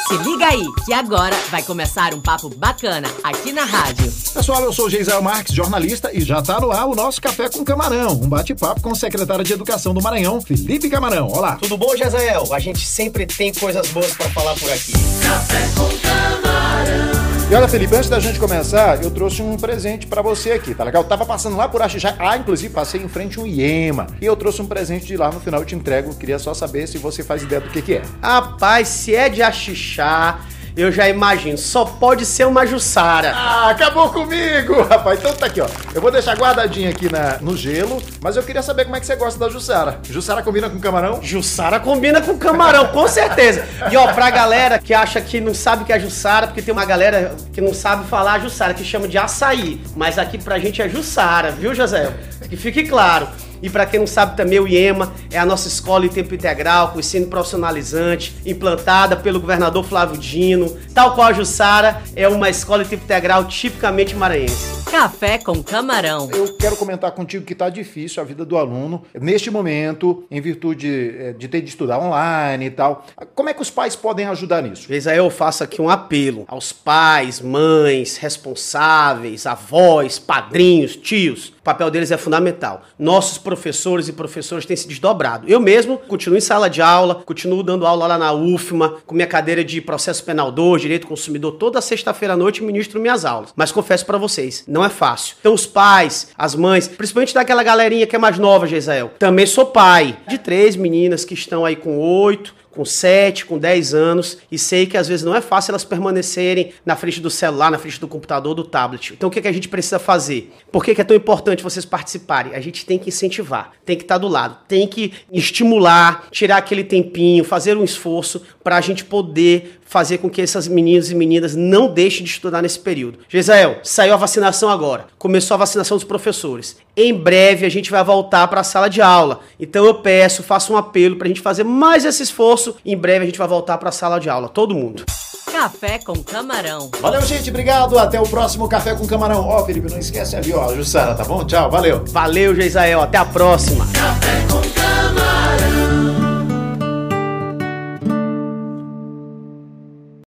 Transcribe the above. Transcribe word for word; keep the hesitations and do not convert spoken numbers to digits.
Se liga aí, que agora vai começar um papo bacana aqui na rádio. Pessoal, eu sou o Geisel Marques, jornalista, e já tá no ar o nosso Café com Camarão, um bate-papo com o secretário de Educação do Maranhão, Felipe Camarão. Olá. Tudo bom, Geisel? A gente sempre tem coisas boas pra falar por aqui. Café com Camarão. E olha, Felipe, antes da gente começar, eu trouxe um presente pra você aqui, tá legal? Eu tava passando lá por Axixá, ah, inclusive passei em frente a um Iema, e eu trouxe um presente de lá, no final eu te entrego, queria só saber se você faz ideia do que que é. Rapaz, se é de Axixá, eu já imagino, só pode ser uma Jussara. Ah, acabou comigo, rapaz. Então tá aqui, ó. Eu vou deixar guardadinho aqui na, no gelo, mas eu queria saber como é que você gosta da Jussara. Jussara combina com camarão? Jussara combina com camarão, com certeza. E ó, pra galera que acha que não sabe o que é Jussara, porque tem uma galera que não sabe falar Jussara, que chama de açaí. Mas aqui pra gente é Jussara, viu, José? Que fique claro. E para quem não sabe também, o Iema é a nossa escola em tempo integral, com ensino profissionalizante, implantada pelo governador Flávio Dino. Tal qual a Jussara, é uma escola em tempo integral tipicamente maranhense. Café com Camarão. Eu quero comentar contigo que tá difícil a vida do aluno, neste momento, em virtude de ter de estudar online e tal. Como é que os pais podem ajudar nisso? Eu faço aqui um apelo aos pais, mães, responsáveis, avós, padrinhos, tios. O papel deles é fundamental. Nossos professores e professoras têm se desdobrado. Eu mesmo continuo em sala de aula, continuo dando aula lá na U F M A, com minha cadeira de processo penal dois, direito consumidor, toda sexta-feira à noite ministro minhas aulas. Mas confesso pra vocês, não é fácil. Então os pais, as mães, principalmente daquela galerinha que é mais nova, Geisel. Também sou pai de três meninas que estão aí com oito, com sete, com dez anos, e sei que às vezes não é fácil elas permanecerem na frente do celular, na frente do computador, do tablet. Então o que, é que a gente precisa fazer? Por que, que é tão importante vocês participarem? A gente tem que incentivar, tem que estar do lado, tem que estimular, tirar aquele tempinho, fazer um esforço para a gente poder fazer com que essas meninos e meninas não deixem de estudar nesse período. Geisel, saiu a vacinação agora, começou a vacinação dos professores. Em breve a gente vai voltar para a sala de aula. Então eu peço, faço um apelo para a gente fazer mais esse esforço. Em breve a gente vai voltar para a sala de aula, todo mundo. Café com Camarão. Valeu, gente, obrigado. Até o próximo Café com Camarão. Ó, oh, Felipe, não esquece ali, ó, Jussara, tá bom? Tchau, valeu. Valeu, Geisel, até a próxima. Café com